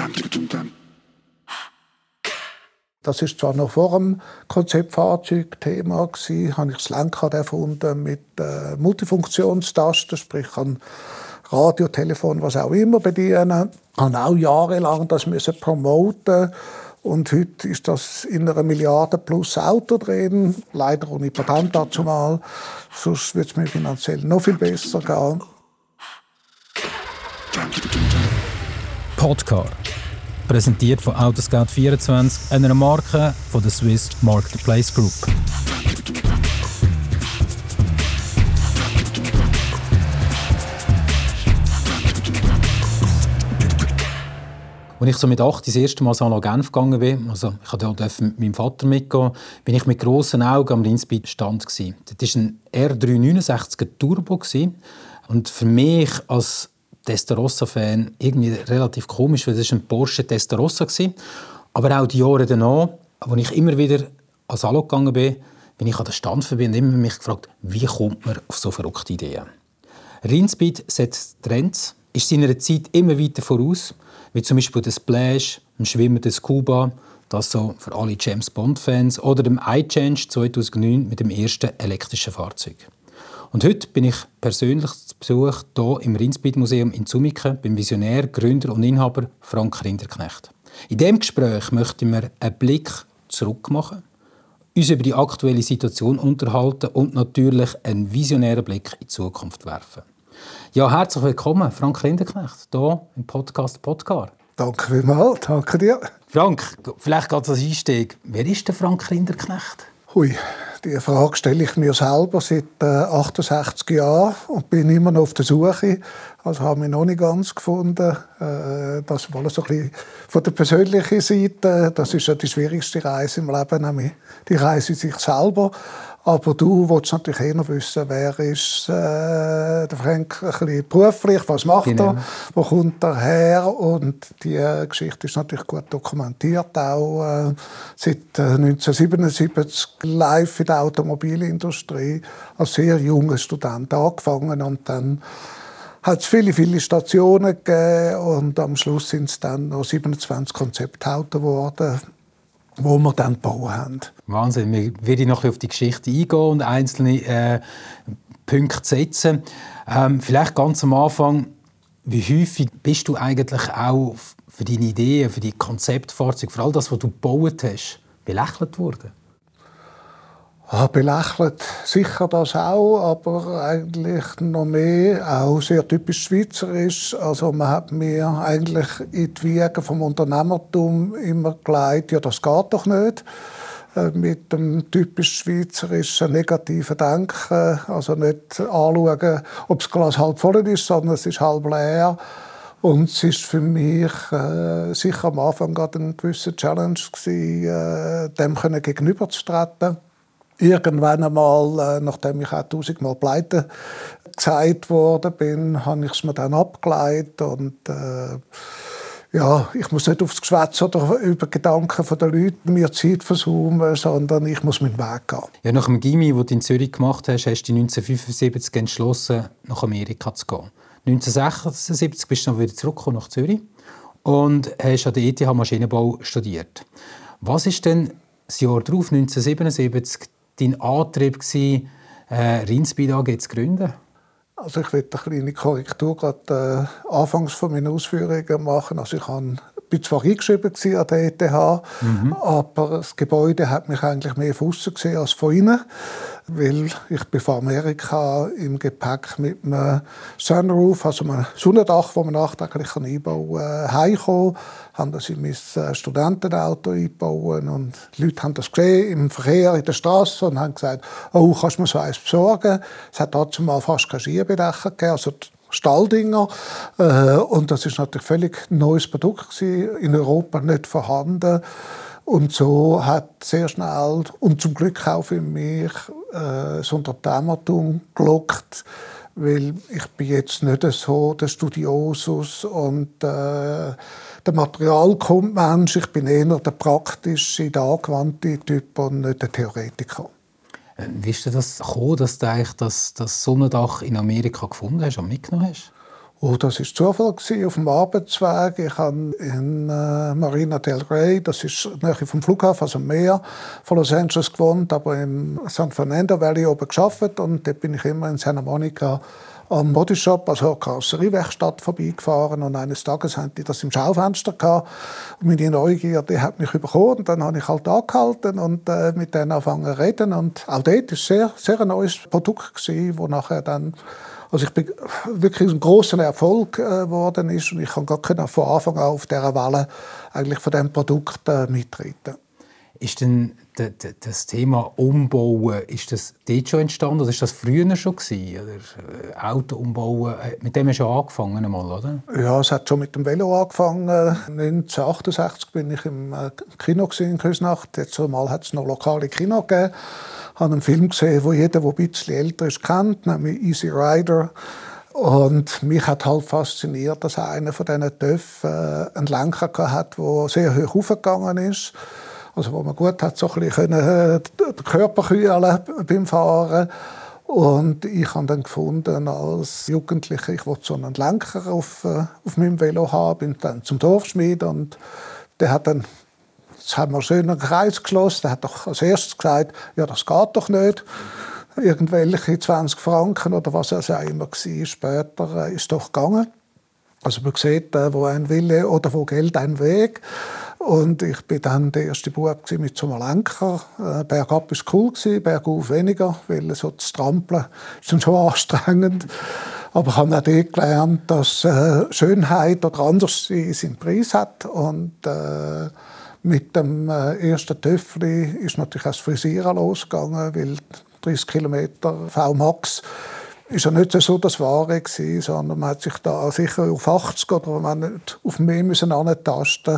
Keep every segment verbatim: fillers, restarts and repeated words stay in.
Das ist zwar noch vor dem Konzeptfahrzeug Thema gewesen, habe ich das Lenkrad erfunden mit äh, Multifunktionstasten, sprich an Radio, Telefon, was auch immer bedienen. Ich habe auch jahrelang das müssen promoten und heute ist das in einer Milliarde plus Auto drin, leider ohne Patent dazu mal. Sonst würde es mir finanziell noch viel besser gehen. Podcar. Präsentiert von Autoscout vierundzwanzig, einer Marke von der Swiss Marketplace Group. Als ich so mit acht das erste Mal nach Genf gegangen bin, also ich durfte mit meinem Vater mitgehen, bin ich mit grossen Augen am Rheinspeed-Stand gsi. Das war ein R dreihundertneunundsechziger Turbo und für mich als Testarossa-Fan irgendwie relativ komisch, weil das ein Porsche Testarossa war. Aber auch die Jahre danach, als ich immer wieder als Hallo gegangen bin, bin ich an den Stand vorbei und immer mich gefragt, wie kommt man auf so verrückte Ideen? Rheinspeed setzt Trends, ist seiner Zeit immer weiter voraus, wie zum Beispiel der Splash, dem schwimmenden Scuba, das so für alle James-Bond-Fans, oder dem iChange zweitausendneun mit dem ersten elektrischen Fahrzeug. Und heute bin ich persönlich zu Besuch hier im Rheinspeed-Museum in Zumiken beim Visionär, Gründer und Inhaber Frank Rinderknecht. In diesem Gespräch möchten wir einen Blick zurück machen, uns über die aktuelle Situation unterhalten und natürlich einen visionären Blick in die Zukunft werfen. Ja, herzlich willkommen, Frank Rinderknecht, hier im Podcast Podcar. Danke vielmals, danke dir. Frank, vielleicht gerade als Einstieg. Wer ist der Frank Rinderknecht? Hui, die Frage stelle ich mir selber seit äh, achtundsechzig Jahren und bin immer noch auf der Suche. Also habe mich noch nicht ganz gefunden. Äh, das war so ein bisschen von der persönlichen Seite. Das ist ja die schwierigste Reise im Leben, nämlich die Reise in sich selber. Aber du willst natürlich eh noch wissen, wer ist äh, der Frank ein bisschen beruflich, was macht genau. er, wo kommt er her? Und die äh, Geschichte ist natürlich gut dokumentiert, auch äh, seit äh, neunzehnhundertsiebenundsiebzig live in der Automobilindustrie, als sehr junger Student angefangen und dann hat es viele, viele Stationen gegeben und am Schluss sind es dann noch siebenundzwanzig Konzeptautos geworden, wo wir dann gebaut haben. Wahnsinn. Wir werden noch auf die Geschichte eingehen und einzelne äh, Punkte setzen. Ähm, vielleicht ganz am Anfang, wie häufig bist du eigentlich auch für deine Ideen, für die Konzeptfahrzeuge, für all das, was du gebaut hast, belächelt worden? Ah, belächelt sicher das auch, aber eigentlich noch mehr, auch sehr typisch schweizerisch. Also man hat mir eigentlich in die Wiege vom Unternehmertum immer gelegt, ja, das geht doch nicht. Mit dem typisch schweizerischen negativen Denken, also nicht anschauen, ob das Glas halb voll ist, sondern es ist halb leer. Und es war für mich äh, sicher am Anfang gerade eine gewisse Challenge gewesen, äh, dem gegenüberzutreten. Irgendwann einmal, äh, nachdem ich auch tausendmal pleite gesagt worden bin, habe ich es mir dann abgeleitet und äh, ja, ich muss nicht aufs Geschwätz oder über Gedanken der Leute mir Zeit versäumen, sondern ich muss meinen Weg gehen. Ja, nach dem Gymi, den du in Zürich gemacht hast, hast du neunzehnhundertfünfundsiebzig entschlossen, nach Amerika zu gehen. neunzehnhundertsechsundsiebzig bist du dann wieder zurückgekommen nach Zürich und hast an der E T H Maschinenbau studiert. Was war denn das Jahr darauf, neunzehnhundertsiebenundsiebzig, dein Antrieb gewesen, äh, Rheinspeed A G zu gründen? Also ich will eine kleine Korrektur gerade äh, anfangs von meinen Ausführungen machen. Also ich habe, bin zwar eingeschrieben an der E T H, mhm. aber das Gebäude hat mich eigentlich mehr von außen gesehen als von innen, weil ich bin von Amerika im Gepäck mit einem Sunroof, also einem Sonnendach, das man nachträglich einbauen kann, äh, heimgekommen. Haben das in mein Studentenauto eingebaut und die Leute haben das gesehen im Verkehr, in der Straße und haben gesagt, oh, kannst du mir so eins besorgen? Es hat dazu mal fast keine Skierbedecker gegeben, also Stalldinger. Äh, und das ist natürlich ein völlig neues Produkt gewesen, in Europa nicht vorhanden. Und so hat sehr schnell, und zum Glück auch für mich, äh, das Unternehmertum gelockt, weil ich bin jetzt nicht so der Studiosus und äh, der Materialkundenmensch. Ich bin eher der praktische, der angewandte Typ und nicht der Theoretiker. Wie ist das gekommen, dass du eigentlich das, das Sonnendach in Amerika gefunden hast und mitgenommen hast? Oh, das war Zufall gewesen, auf dem Arbeitsweg. Ich habe in äh, Marina del Rey, das ist nahe vom Flughafen, also am Meer von Los Angeles gewohnt, aber im San Fernando Valley oben gearbeitet. Und dort bin ich immer in Santa Monica am Bodyshop, also eine Karosseriewerkstatt, vorbeigefahren. Und eines Tages hatten die das im Schaufenster gehabt. Und meine Neugier, die hat mich überkommen. Und dann habe ich halt angehalten und äh, mit denen angefangen zu reden. Und auch dort war es sehr, sehr ein neues Produkt gewesen, wo nachher dann, also ich bin wirklich ein grosser Erfolg geworden äh, ist. Und ich konnte von Anfang an auf dieser Welle eigentlich von diesem Produkt äh, mitreden. Ist denn das Thema Umbauen, ist das dort schon entstanden oder ist das früher schon gewesen? Oder Auto umbauen, mit dem hast du schon angefangen einmal, oder? Ja, es hat schon mit dem Velo angefangen. neunzehnhundertachtundsechzig bin ich im Kino in Küsnacht. Jetzt mal hat es noch lokale Kino gegeben. Ich habe einen Film gesehen, den jeder, der ein bisschen älter ist, kennt, nämlich Easy Rider. Und mich hat halt fasziniert, dass einer von diesen Töpfen äh, einen Lenker hatte, der sehr hoch hochgegangen ist. Also wo man gut hat so ein bisschen den Körper kühlen beim Fahren. Und ich habe dann gefunden, als Jugendlicher, ich wollte so einen Lenker auf, auf meinem Velo haben, bin dann zum Dorfschmied und der hat dann, jetzt haben wir schön einen Kreis geschlossen, der hat doch als erstes gesagt, ja, das geht doch nicht. Irgendwelche zwanzig Franken oder was es auch immer war, später ist es doch gegangen. Also man sieht, wo ein Wille oder wo Geld ein Weg. Und ich war dann der erste Bub mit so einem Lenker. Äh, bergab war cool, bergauf weniger, weil so das Trampeln ist dann schon anstrengend. Aber ich habe auch dort gelernt, dass äh, Schönheit oder anders seinen Preis hat. Und äh, mit dem äh, ersten Töffli ist natürlich auch das Frisieren losgegangen, weil dreißig Kilometer V Max ist ja nicht so das Wahre gewesen, sondern man hat sich da sicher auf achtzig oder man nicht auf mehr müssen antasten.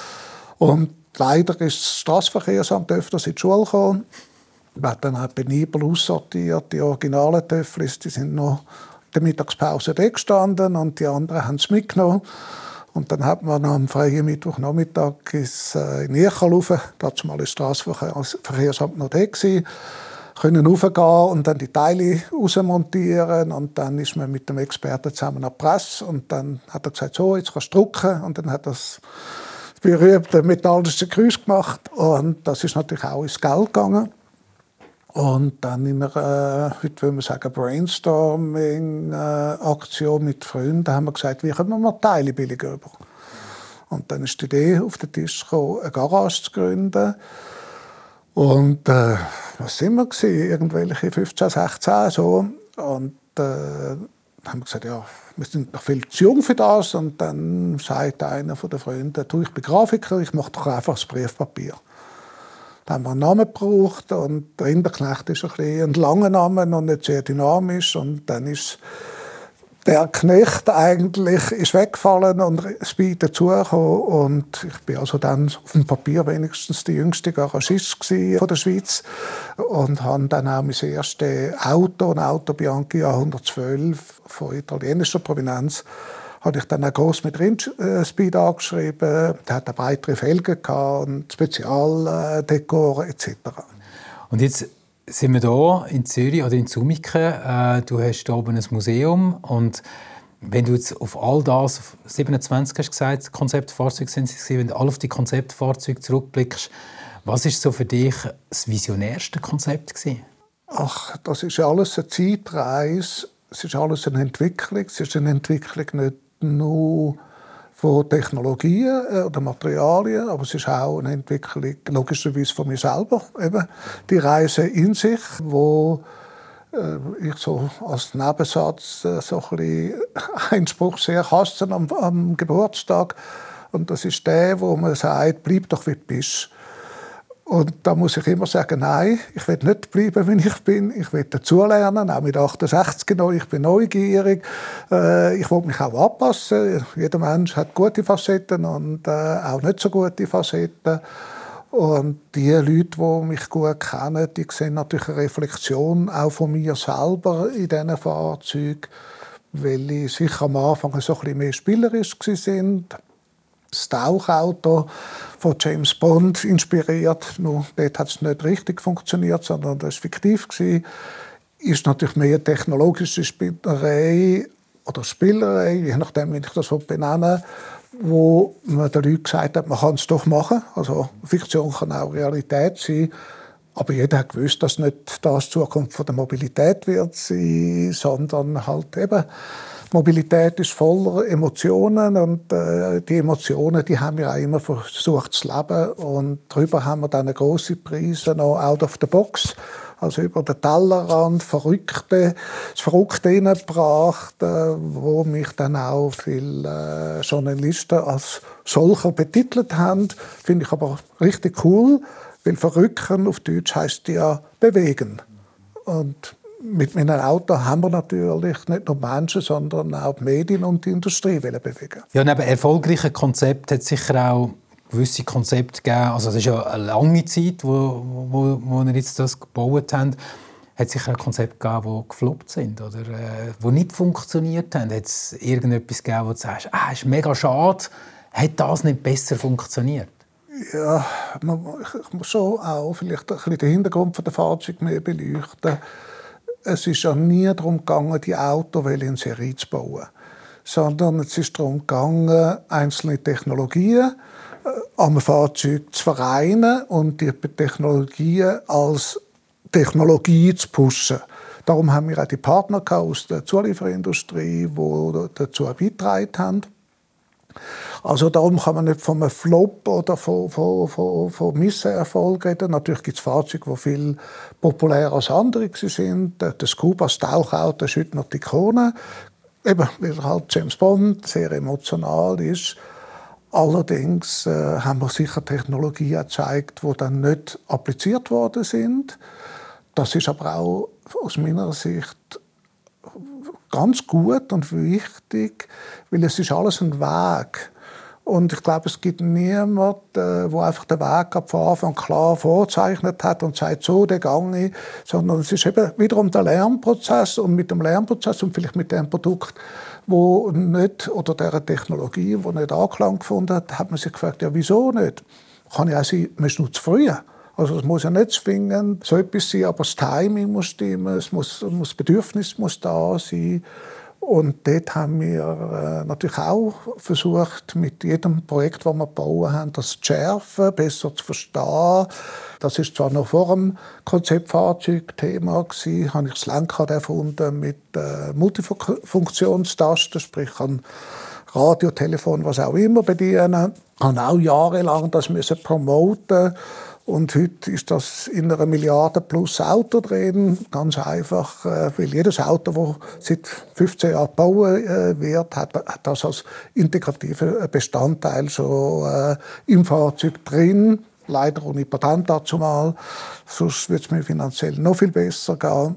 Und leider ist das Strassenverkehrsamt öfters in die Schule gekommen. Man hat dann auch penibel aussortiert. Die originalen Töfflis, die sind noch in der Mittagspause da gestanden und die anderen haben es mitgenommen. Und dann hat man am freien Mittwochnachmittag ins, äh, in Irchel rauf, dazu mal das Strassenverkehrsamt noch da gewesen, können raufgehen und dann die Teile rausmontieren. Und dann ist man mit dem Experten zusammen an die Presse. Und dann hat er gesagt, so, jetzt kannst du drucken. Und dann hat er das berühmte metallische Kreuz gemacht. Und das ist natürlich auch ins Geld gegangen. Und dann in einer, äh, heute würde man sagen, Brainstorming-Aktion mit Freunden haben wir gesagt, wie können wir mal Teile billiger über. Und dann ist die Idee auf den Tisch gekommen, eine Garage zu gründen. Und äh, was sind wir gewesen? Irgendwelche fünfzehn, sechzehn so. Und äh, haben wir gesagt, ja, wir sind noch viel zu jung für das. Und dann sagt einer von den Freunden, du, ich bin Grafiker, ich mache doch einfach das Briefpapier. Dann haben wir einen Namen gebraucht und der Rinderknecht ist ein, bisschen ein langer Name und nicht sehr dynamisch. Und dann ist der Knecht eigentlich ist weggefallen und Speed dazugekommen. Und ich bin also dann auf dem Papier wenigstens der jüngste Garagist von der Schweiz und habe dann auch mein erstes Auto, ein Auto Bianchi A hundertzwölf von italienischer Provenienz, habe ich dann auch gross mit Rindspeed angeschrieben. Der hat breitere Felgen und Spezialdekor et cetera. Und jetzt sind wir hier in Zürich oder in Zumiken. Äh, du hast hier oben ein Museum. Und wenn du jetzt auf all das, auf siebenundzwanzig hast du gesagt, Konzeptfahrzeuge sind sie, wenn du all auf die Konzeptfahrzeuge zurückblickst, was ist so für dich das visionärste Konzept gewesen? Ach, das ist alles eine Zeitreise. Es ist alles eine Entwicklung. Es ist eine Entwicklung nicht nur von Technologien oder Materialien, aber es ist auch eine Entwicklung logischerweise von mir selber. Eben die Reise in sich, wo äh, ich so als Nebensatz äh, so ein bisschen einen Spruch sehr hasse am, am Geburtstag. Und das ist der, wo man sagt, bleib doch wie du bist. Und da muss ich immer sagen, nein, ich will nicht bleiben, wie ich bin. Ich will dazulernen, auch mit achtundsechzig noch. Ich bin neugierig. Äh, ich will mich auch anpassen. Jeder Mensch hat gute Facetten und äh, auch nicht so gute Facetten. Und die Leute, die mich gut kennen, die sehen natürlich eine Reflexion auch von mir selber in diesen Fahrzeugen, weil ich sicher am Anfang so ein bisschen mehr spielerisch war. Das Tauchauto von James Bond inspiriert. Nur dort hat es nicht richtig funktioniert, sondern das war fiktiv. Es ist natürlich mehr technologische Spielerei. oder Spielerei, je nachdem, wie ich das benenne, wo man den Leuten gesagt hat, man kann es doch machen. Also Fiktion kann auch Realität sein. Aber jeder hat gewusst, dass nicht das die Zukunft von der Mobilität wird sein, sondern halt eben, Mobilität ist voller Emotionen und äh, die Emotionen, die haben wir auch immer versucht zu leben und darüber haben wir dann grosse Preise noch out of the box, also über den Tellerrand, Verrückte, das Verrückte hineingebracht, äh, wo mich dann auch viele äh, Journalisten als solcher betitelt haben, finde ich aber richtig cool, weil verrücken auf Deutsch heisst ja bewegen. Und mit meinem Auto haben wir natürlich nicht nur Menschen, sondern auch die Medien und die Industrie bewegen. Ja, neben erfolgreichen Konzepten hat es sicher auch gewisse Konzepte gegeben. Also es ist ja eine lange Zeit, wo, wo, wo wir jetzt das gebaut haben. Hat es sicher auch Konzepte gegeben, die gefloppt sind oder äh, die nicht funktioniert haben. Hat es irgendetwas gegeben, wo du sagst, ah, ist mega schade, hat das nicht besser funktioniert? Ja, man, ich muss schon auch vielleicht ein bisschen den Hintergrund der Fahrzeuge mehr beleuchten. Es ist ja nie darum gegangen, die Autos in Serie zu bauen, sondern es ist darum gegangen, einzelne Technologien äh, am Fahrzeug zu vereinen und die Technologien als Technologie zu pushen. Darum haben wir auch die Partner aus der Zulieferindustrie, die dazu beigetragen haben. Also darum kann man nicht von einem Flop oder von, von, von, von Misserfolg reden. Natürlich gibt es Fahrzeuge, die viel populärer als andere sind. Der Scuba, das Tauchauto, ist heute noch die Ikone. Eben, weil halt James Bond sehr emotional ist. Allerdings äh, haben wir sicher Technologien gezeigt, die dann nicht appliziert worden sind. Das ist aber auch aus meiner Sicht ganz gut und wichtig, weil es ist alles ein Weg. Und ich glaube, es gibt niemanden, der einfach den Weg von Anfang klar vorzeichnet hat und sagt, so, den Gang ich. Sondern es ist eben wiederum der Lernprozess. Und mit dem Lernprozess und vielleicht mit dem Produkt, wo nicht, oder der Technologie, die nicht Anklang gefunden hat, hat man sich gefragt, ja, wieso nicht? Kann ja auch sein, man ist nur zu früh. Also es muss ja nicht zwingend so etwas sein, aber das Timing muss stimmen, es muss, das Bedürfnis muss da sein. Und dort haben wir äh, natürlich auch versucht, mit jedem Projekt, das wir gebaut haben, das zu schärfen, besser zu verstehen. Das ist zwar noch vor dem Konzeptfahrzeug-Thema gewesen, habe ich das Lenkrad erfunden mit äh, Multifunktionstasten, sprich an Radio, Telefon, was auch immer bedienen. Ich habe auch jahrelang das müssen promoten. Und heute ist das in einer Milliarde plus Auto drin. Ganz einfach, weil jedes Auto, das seit fünfzehn Jahren gebaut wird, hat das als integrativer Bestandteil schon im Fahrzeug drin. Leider ohne Patent dazu mal. Sonst würde es mir finanziell noch viel besser gehen.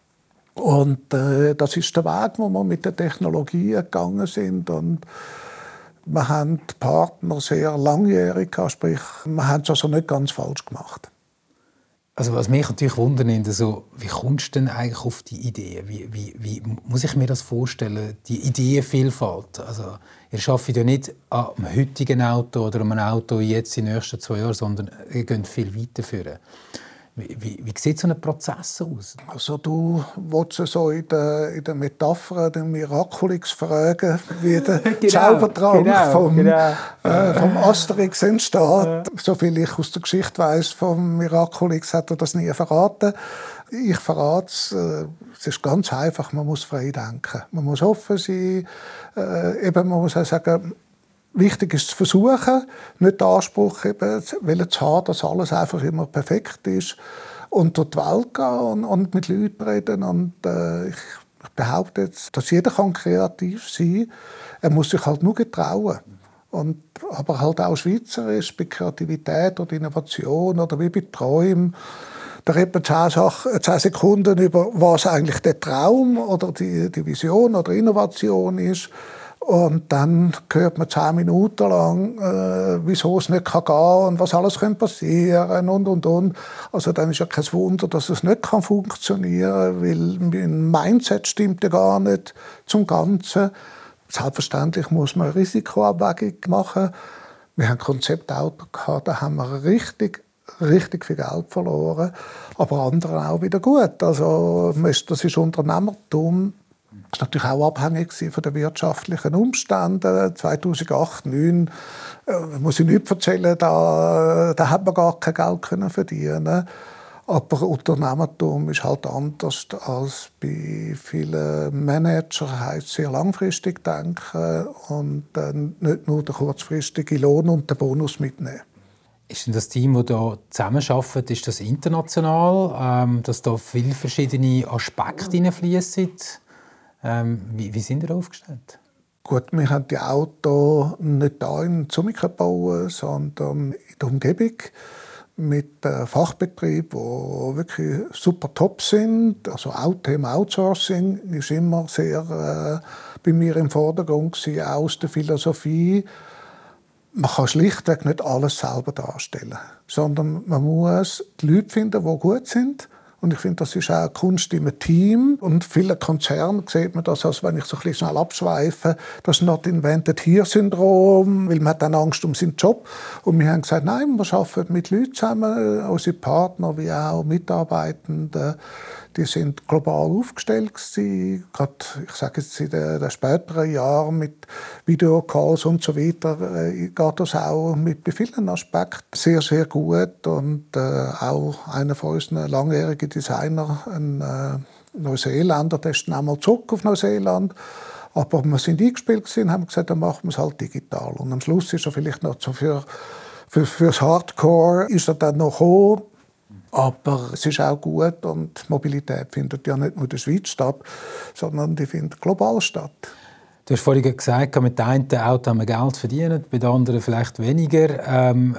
Und äh, das ist der Weg, wo wir mit der Technologie gegangen sind. Und wir haben die Partner sehr langjährig, sprich, wir haben es also nicht ganz falsch gemacht. Also was mich natürlich wundert, also, wie kommst du denn eigentlich auf die Idee? Wie, wie, wie muss ich mir das vorstellen, die Ideenvielfalt? Also, ihr arbeitet ja nicht an einem heutigen Auto oder an einem Auto jetzt in den nächsten zwei Jahren, sondern ihr geht viel weiter führen. Wie, wie, wie sieht so ein Prozess aus? Also du willst so in der, in der Metapher den Miraculix fragen, wie der genau, Zaubertrank genau, vom, genau. Äh, vom Asterix entsteht. Ja. Soviel ich aus der Geschichte weiss vom Miraculix, hat er das nie verraten. Ich verrate es. Äh, es ist ganz einfach, man muss frei denken. Man muss offen sein. Äh, eben, man muss auch sagen, wichtig ist zu versuchen, nicht den Anspruch eben, zu haben, dass alles einfach immer perfekt ist. Und durch die Welt gehen und, und mit Leuten reden. Und, äh, ich, ich behaupte jetzt, dass jeder kann kreativ sein kann. Er muss sich halt nur getrauen. Und, aber halt auch schweizerisch bei Kreativität oder Innovation oder wie bei Träumen. Da redet man zehn, Sachen, zehn Sekunden über, was eigentlich der Traum oder die, die Vision oder Innovation ist. Und dann hört man zehn Minuten lang, äh, wieso es nicht gehen kann und was alles passieren kann und, und, und. Also dann ist ja kein Wunder, dass es nicht funktionieren kann, weil mein Mindset stimmt ja gar nicht zum Ganzen. Selbstverständlich muss man eine Risikoabwägung machen. Wir haben ein Konzeptauto gehabt, da haben wir richtig, richtig viel Geld verloren, aber andere auch wieder gut. Also das ist Unternehmertum. Das war natürlich auch abhängig von den wirtschaftlichen Umständen. zweitausendacht, zweitausendneun, äh, muss ich nicht erzählen, da, da hat man gar kein Geld können verdienen. Aber Unternehmertum ist halt anders als bei vielen Managern. Heißt sehr langfristig denken und äh, nicht nur den kurzfristigen Lohn und den Bonus mitnehmen. Ist denn das Team, das hier zusammenarbeitet, ist das international, ähm, dass da viele verschiedene Aspekte hineinfließen? Ähm, wie, wie sind ihr aufgestellt? Gut, wir haben die Autos nicht hier in Zumika gebaut, sondern in der Umgebung mit äh, Fachbetrieben, die wirklich super top sind. Also auch Thema Outsourcing ist immer sehr äh, bei mir im Vordergrund gewesen, auch aus der Philosophie. Man kann schlichtweg nicht alles selber darstellen, sondern man muss die Leute finden, die gut sind. Und ich finde, das ist auch Kunst im Team. Und viele Konzerne sieht man das, als wenn ich so ein bisschen schnell abschweife, das Not-Invented-Here-Syndrom, weil man hat dann Angst um seinen Job. Und wir haben gesagt, nein, wir arbeiten mit Leuten zusammen, unsere Partner wie auch Mitarbeitende, die sind global aufgestellt gewesen. Gerade, ich sage jetzt in den, den späteren Jahren mit Videocalls und so weiter, äh, geht das auch mit bei vielen Aspekten sehr, sehr gut. Und äh, auch einer von unseren langjährigen Designer, ein äh, Neuseeländer, der ist dann einmal zurück auf Neuseeland. Aber wir sind eingespielt und haben gesagt, dann machen wir es halt digital. Und am Schluss ist er vielleicht noch so für, für, fürs Hardcore ist er dann noch gekommen. Aber es ist auch gut und die Mobilität findet ja nicht nur in der Schweiz statt, sondern die findet global statt. Du hast vorhin gesagt, mit dem einen Auto haben wir Geld verdienen, bei den anderen vielleicht weniger. Ähm,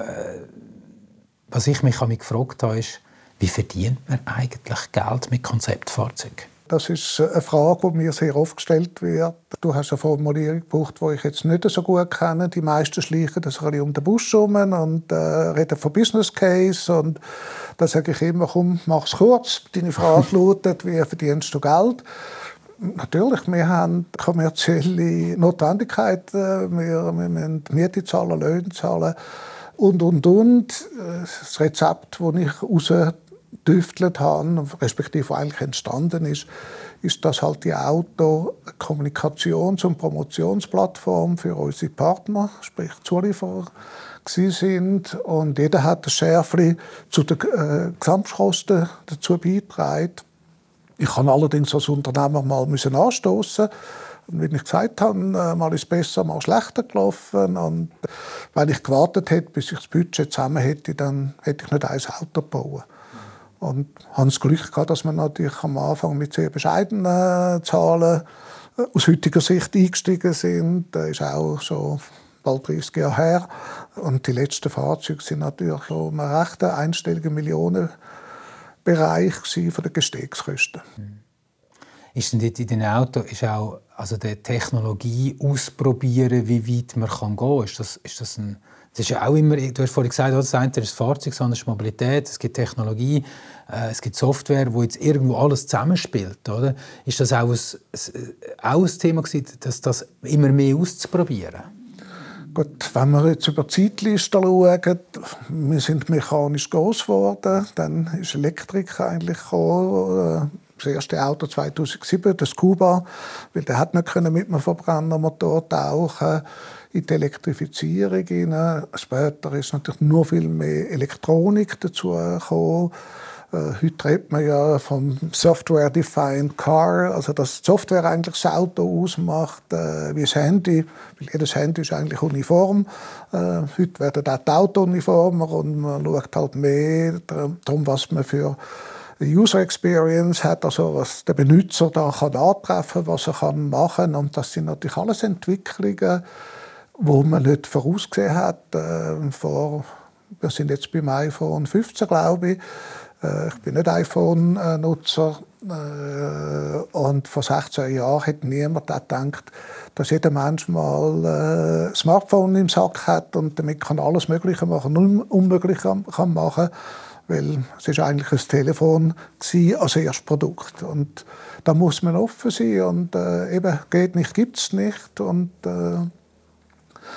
was ich mich gefragt habe, ist, wie verdient man eigentlich Geld mit Konzeptfahrzeugen? Das ist eine Frage, die mir sehr oft gestellt wird. Du hast eine Formulierung gebraucht, die ich jetzt nicht so gut kenne. Die meisten schleichen das ein bisschen um den Busch herum und äh, reden von Business Case. Und da sage ich immer, komm, mach's kurz. Deine Frage lautet, wie verdienst du Geld? Natürlich, wir haben kommerzielle Notwendigkeiten. Wir, wir müssen Miete zahlen, Löhne zahlen und, und, und. Das Rezept, das ich raus düftelt haben, respektive eigentlich entstanden ist, ist, dass halt die Auto eine Kommunikations- und Promotionsplattform für unsere Partner, sprich Zulieferer, sind. Und jeder hat ein Schärfchen zu den äh, Gesamtkosten dazu beigetragen. Ich kann allerdings als Unternehmer mal müssen anstoßen. Und wie ich gesagt habe, mal ist es besser, mal schlechter gelaufen. Und wenn ich gewartet hätte, bis ich das Budget zusammen hätte, dann hätte ich nicht ein Auto gebaut. Und habe das Glück gehabt, dass wir natürlich am Anfang mit sehr bescheidenen Zahlen aus heutiger Sicht eingestiegen sind. Das ist auch schon bald dreißig Jahre her. Und die letzten Fahrzeuge sind natürlich so im recht einstelligen Millionenbereich von den Gestehungskosten. Ist denn dort in den Autos ist auch also die Technologie ausprobieren, wie weit man kann gehen kann? Ist das, ist das ein Das ist ja auch immer, du hast vorhin gesagt, das eine ist das Fahrzeug, das andere ist Mobilität, es gibt Technologie, äh, es gibt Software, wo jetzt irgendwo alles zusammenspielt, oder? Ist das auch ein, auch ein Thema gewesen, dass das immer mehr auszuprobieren? Gut, wenn wir jetzt über die Zeitliste schauen, wir sind mechanisch groß geworden, dann ist Elektrik eigentlich gekommen. Das erste Auto zweitausendsieben, das Kuba, weil der hat nicht mit einem Verbrennermotor tauchen in die Elektrifizierung hinein. Später ist natürlich nur viel mehr Elektronik dazu gekommen. Äh, heute redet man ja vom Software-Defined Car, also dass die Software eigentlich das Auto ausmacht, äh, wie das Handy, weil jedes Handy ist eigentlich uniform. Äh, heute werden auch die Autos uniformer und man schaut halt mehr darum, was man für User Experience hat, also was der Benutzer da kann antreffen, was er kann machen, und das sind natürlich alles Entwicklungen, wo man nicht vorausgesehen hat. Äh, vor, wir sind jetzt beim iPhone fünfzehn, glaube ich. Äh, ich bin nicht iPhone-Nutzer. Äh, und vor sechzehn Jahren hätte niemand gedacht, dass jeder Mensch mal äh, ein Smartphone im Sack hat und damit kann alles Mögliche machen, Un Unmögliche kann, kann machen. Weil es ist eigentlich ein Telefon als erstes Produkt. Und da muss man offen sein. Und äh, eben, geht nicht, gibt es nicht. Und äh,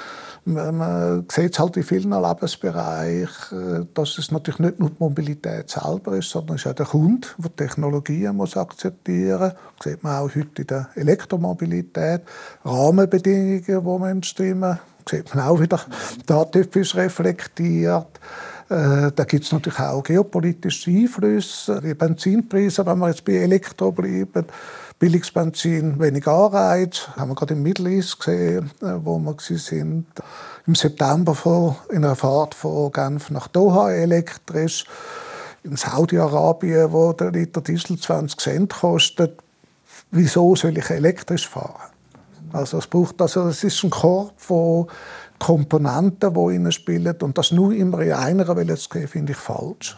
Man, man sieht es halt in vielen Lebensbereichen, dass es natürlich nicht nur die Mobilität selber ist, sondern es ist auch der Kunde, der die Technologien muss akzeptieren muss. Das sieht man auch heute in der Elektromobilität. Rahmenbedingungen, die stimmen, das sieht man auch wieder. Der Typ ist reflektiert. Äh, da gibt es natürlich auch geopolitische Einflüsse, die Benzinpreise, wenn wir jetzt bei Elektro bleiben. Billiges Benzin, wenig Anreiz. Das haben wir gerade im Middle East gesehen, wo wir waren. Im September von, in einer Fahrt von Genf nach Doha elektrisch. In Saudi-Arabien, wo der Liter Diesel zwanzig Cent kostet. Wieso soll ich elektrisch fahren? Also es braucht, also es ist ein Korb von Komponenten, die reinspielen. Und das nur immer in einer Welle zu geben, finde ich falsch.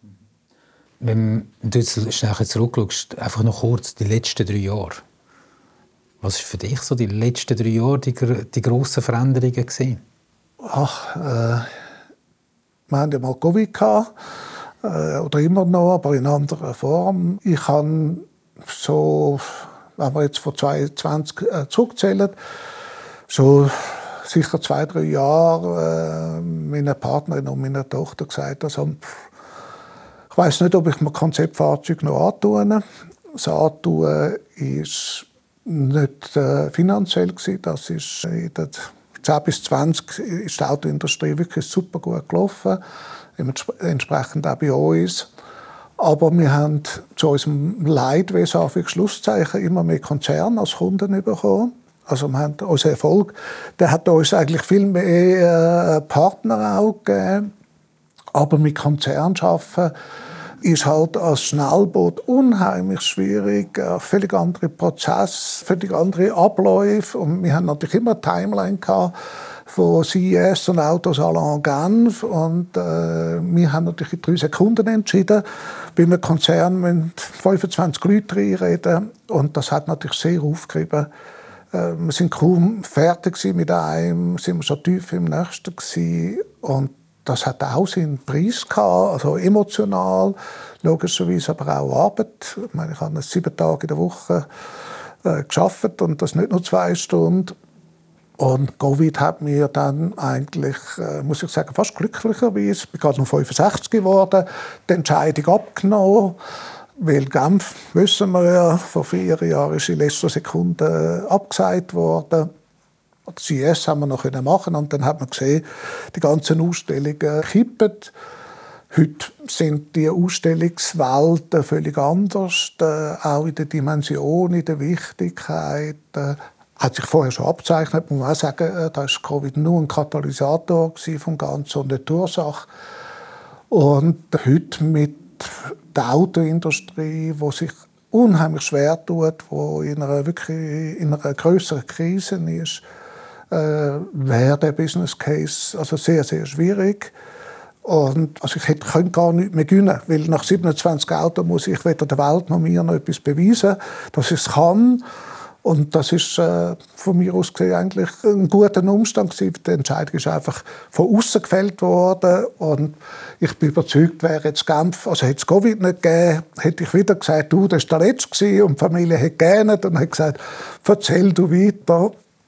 Wenn du jetzt schnell zurückschaust, einfach noch kurz die letzten drei Jahre. Was war für dich so die letzten drei Jahre die, die grossen Veränderungen gewesen? Ach, äh, wir hatten ja mal Covid gehabt, äh, oder immer noch, aber in anderer Form. Ich habe so, wenn wir jetzt von zwanzig zwanzig äh, zurückzählen, so sicher zwei, drei Jahre äh, meiner Partnerin und meiner Tochter gesagt, also, ich weiss nicht, ob ich mir Konzeptfahrzeuge noch antue. Das Antun war nicht äh, finanziell. Das ist in den zehn bis zwanzig ist die Autoindustrie wirklich super gut gelaufen. Entsprechend auch bei uns. Aber wir haben zu unserem Leidwesen auf Schlusszeichen immer mehr Konzerne als Kunden bekommen. Also wir haben unser Erfolg, der hat uns eigentlich viel mehr äh, Partner auch gegeben. Aber mit Konzernen arbeiten ist halt als Schnellboot unheimlich schwierig. Ein völlig andere Prozesse, völlig andere Abläufe. Und wir haben natürlich immer eine Timeline gehabt von C E S und Autosalon Genf. Und äh, wir haben natürlich in drei Sekunden entschieden. Bei einem Konzern müssen fünfundzwanzig Leute reinreden. Und das hat natürlich sehr aufgerieben. Äh, wir sind kaum fertig mit einem, sind wir schon tief im nächsten gewesen. Und das hat auch seinen Preis gehabt, also emotional, logischerweise, aber auch Arbeit. Ich meine, ich habe sieben Tage in der Woche äh, gearbeitet und das nicht nur zwei Stunden. Und Covid hat mir dann eigentlich, äh, muss ich sagen, fast glücklicherweise, ich bin gerade noch fünfundsechzig geworden, die Entscheidung abgenommen. Weil Genf, wissen wir ja, vor vier Jahren ist in letzter Sekunde abgesagt worden. C E S haben wir noch machen und dann hat man gesehen, die ganzen Ausstellungen kippen. Heute sind die Ausstellungswelten völlig anders, auch in der Dimension, in der Wichtigkeit. Hat sich vorher schon abgezeichnet, muss man auch sagen, da war Covid nur ein Katalysator vom Ganzen und nicht die Ursache. Und heute mit der Autoindustrie, die sich unheimlich schwer tut, die in einer wirklich in einer grösseren Krise ist, äh, wäre der Business Case also sehr, sehr schwierig. Und also ich hätte, könnte gar nichts mehr gewinnen, weil nach siebenundzwanzig Autos muss ich weder der Welt noch mir noch etwas beweisen, dass ich es kann. Und das ist äh, von mir aus gesehen eigentlich ein guter Umstand gewesen. Die Entscheidung ist einfach von außen gefällt worden. Und ich bin überzeugt, wäre jetzt Genf, also hätte es Covid nicht gegeben, hätte ich wieder gesagt, du, das war der Letzte gewesen. Und die Familie hat gähnt und hat gesagt, erzähl du weiter.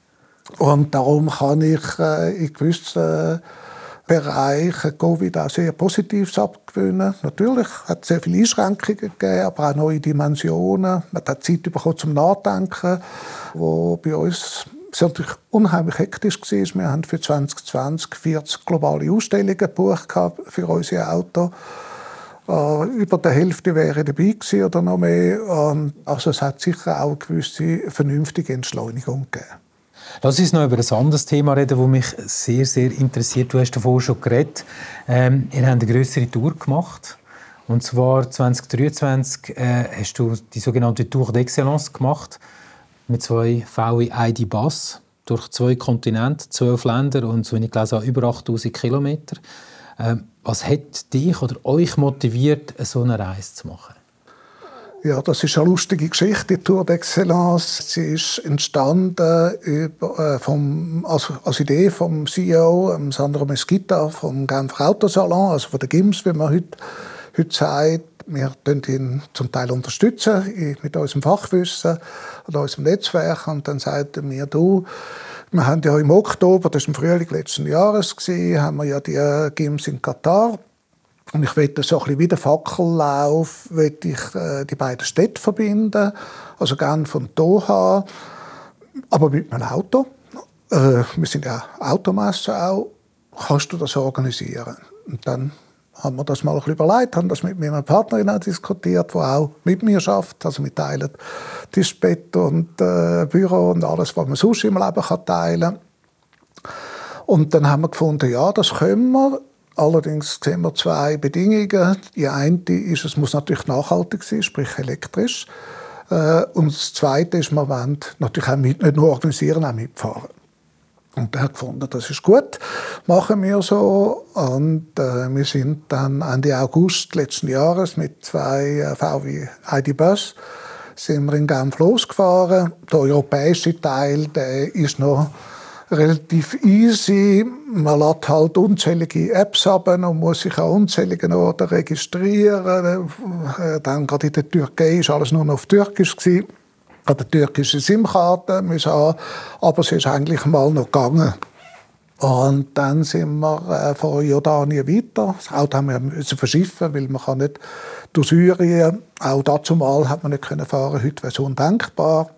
Und darum kann ich äh, in gewissen Bereichen Covid auch sehr Positives abgewinnen. Natürlich hat es sehr viele Einschränkungen gegeben, aber auch neue Dimensionen. Man hat Zeit bekommen zum Nachdenken, wo bei uns natürlich unheimlich hektisch war. Wir haben für zwanzig zwanzig vierzig globale Ausstellungen gebucht für unsere Autos. Uh, über die Hälfte wäre dabei gewesen oder noch mehr. Und also es hat sicher auch eine gewisse vernünftige Entschleunigung gegeben. Lass uns noch über ein anderes Thema reden, das mich sehr, sehr interessiert. Du hast davor schon geredet. Ähm, ihr habt eine grössere Tour gemacht. Und zwar zwanzig dreiundzwanzig äh, hast du die sogenannte Tour d'Excellence gemacht. Mit zwei V W I D-Bus durch zwei Kontinente, zwölf Länder und, so wie ich gelesen habe, über achttausend Kilometer. Ähm, was hat dich oder euch motiviert, so eine Reise zu machen? Ja, das ist eine lustige Geschichte, die Tour d'Excellence. Sie ist entstanden über, äh, vom, als, als Idee vom C E O, ähm, Sandro Mesquita, vom Genfer Autosalon, also von der G I M S, wie man heute, heute sagt. Wir unterstützen ihn zum Teil unterstützen mit unserem Fachwissen und unserem Netzwerk. Und dann sagt er mir, du, Wir haben ja im Oktober, das war im Frühling letzten Jahres, gewesen, haben wir ja die äh, Games in Katar. Und ich möchte so ein bisschen wie der Fackellauf, möchte ich äh, die beiden Städte verbinden, also Genf und Doha, aber mit einem Auto. Äh, wir sind ja Automesse auch. Kannst du das organisieren? Und dann haben wir das mal ein bisschen überlegt, haben das mit meiner Partnerin auch diskutiert, die auch mit mir arbeitet. Also wir teilen Tischbett und äh, Büro und alles, was man sonst im Leben kann teilen kann. Und dann haben wir gefunden, ja, das können wir. Allerdings sehen wir zwei Bedingungen. Die eine ist, es muss natürlich nachhaltig sein, sprich elektrisch. Äh, und das Zweite ist, wir wollen natürlich auch mit, nicht nur organisieren, auch mitfahren. Und er hat gefunden, das ist gut, machen wir so. Und äh, wir sind dann Ende August letzten Jahres mit zwei äh, V W I D-Bus sind wir in Genf losgefahren. Der europäische Teil, der ist noch relativ easy. Man lädt halt unzählige Apps ab und muss sich an unzähligen Orten registrieren. Äh, dann gerade in der Türkei war alles nur noch auf Türkisch gewesen. Eine türkische SIM-Karte müssen haben, aber es ist eigentlich mal noch gegangen. Und dann sind wir äh, von Jordanien weiter. Das Auto haben wir müssen verschiffen, weil man kann nicht durch Syrien, auch dazu mal hat man nicht können fahren, heute wäre es undenkbar.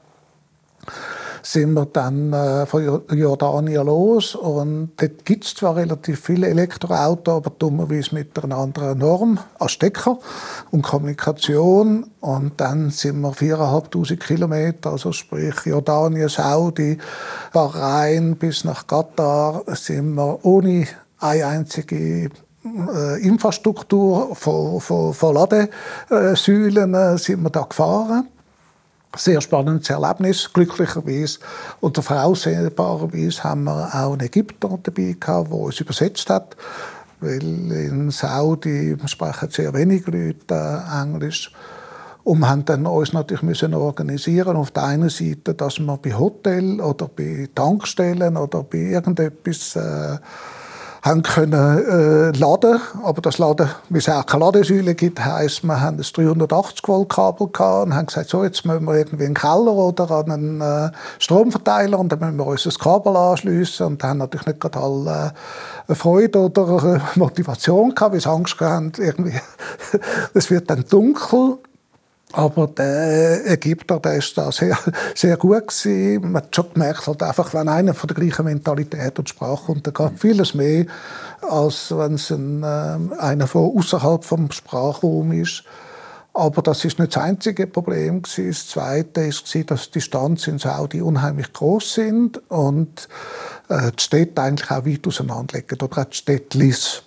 Sind wir dann äh, von Jordanien los und dort gibt es zwar relativ viele Elektroautos, aber dummerweise mit einer anderen Norm als Stecker und Kommunikation. Und dann sind wir viertausendfünfhundert Kilometer, also sprich Jordanien, Saudi, Bahrain bis nach Katar, sind wir ohne eine einzige äh, Infrastruktur von, von, von Ladesäulen äh, sind wir da gefahren. Sehr spannendes Erlebnis, glücklicherweise. Und voraussehbarerweise haben wir auch einen Ägypter dabei gehabt, der uns übersetzt hat. Weil in Saudi sprechen sehr wenige Leute Englisch. Und wir haben dann uns natürlich müssen organisieren. Auf der einen Seite, dass wir bei Hotels oder bei Tankstellen oder bei irgendetwas äh, haben können äh, laden, aber das Laden, wie es auch keine Ladesäule gibt, heisst, wir haben ein dreihundertachtzig Volt Kabel gehabt und haben gesagt, so, jetzt müssen wir irgendwie in den Keller oder an einen äh, Stromverteiler und dann müssen wir uns das Kabel anschliessen und haben natürlich nicht gerade alle äh, Freude oder äh, Motivation gehabt, weil sie Angst hatten, irgendwie, es wird dann dunkel. Aber der Ägypter, der ist da sehr, sehr gut gewesen. Man hat schon gemerkt, halt einfach, wenn einer von der gleichen Mentalität und Sprache kommt, dann geht vieles mehr, als wenn es ein, äh, einer von außerhalb vom Sprachraum ist. Aber das ist nicht das einzige Problem gewesen. Das Zweite ist, dass die Distanzen in Saudi unheimlich groß sind und äh, die Städte eigentlich auch weit auseinander liegen. Oder auch die Städtlis.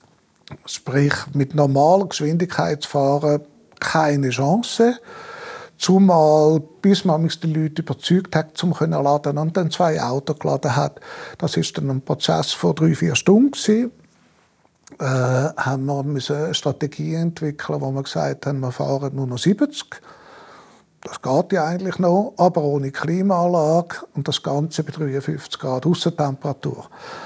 Sprich, mit normaler Geschwindigkeit zu fahren, keine Chance. Zumal, bis man die Leute überzeugt hat, um zu laden und dann zwei Autos geladen hat. Das war dann ein Prozess von drei, vier Stunden. Äh, haben wir eine Strategie entwickeln, wo wir gesagt haben, wir fahren nur noch siebzig. Das geht ja eigentlich noch, aber ohne Klimaanlage und das Ganze bei dreiundfünfzig Grad Aussentemperatur.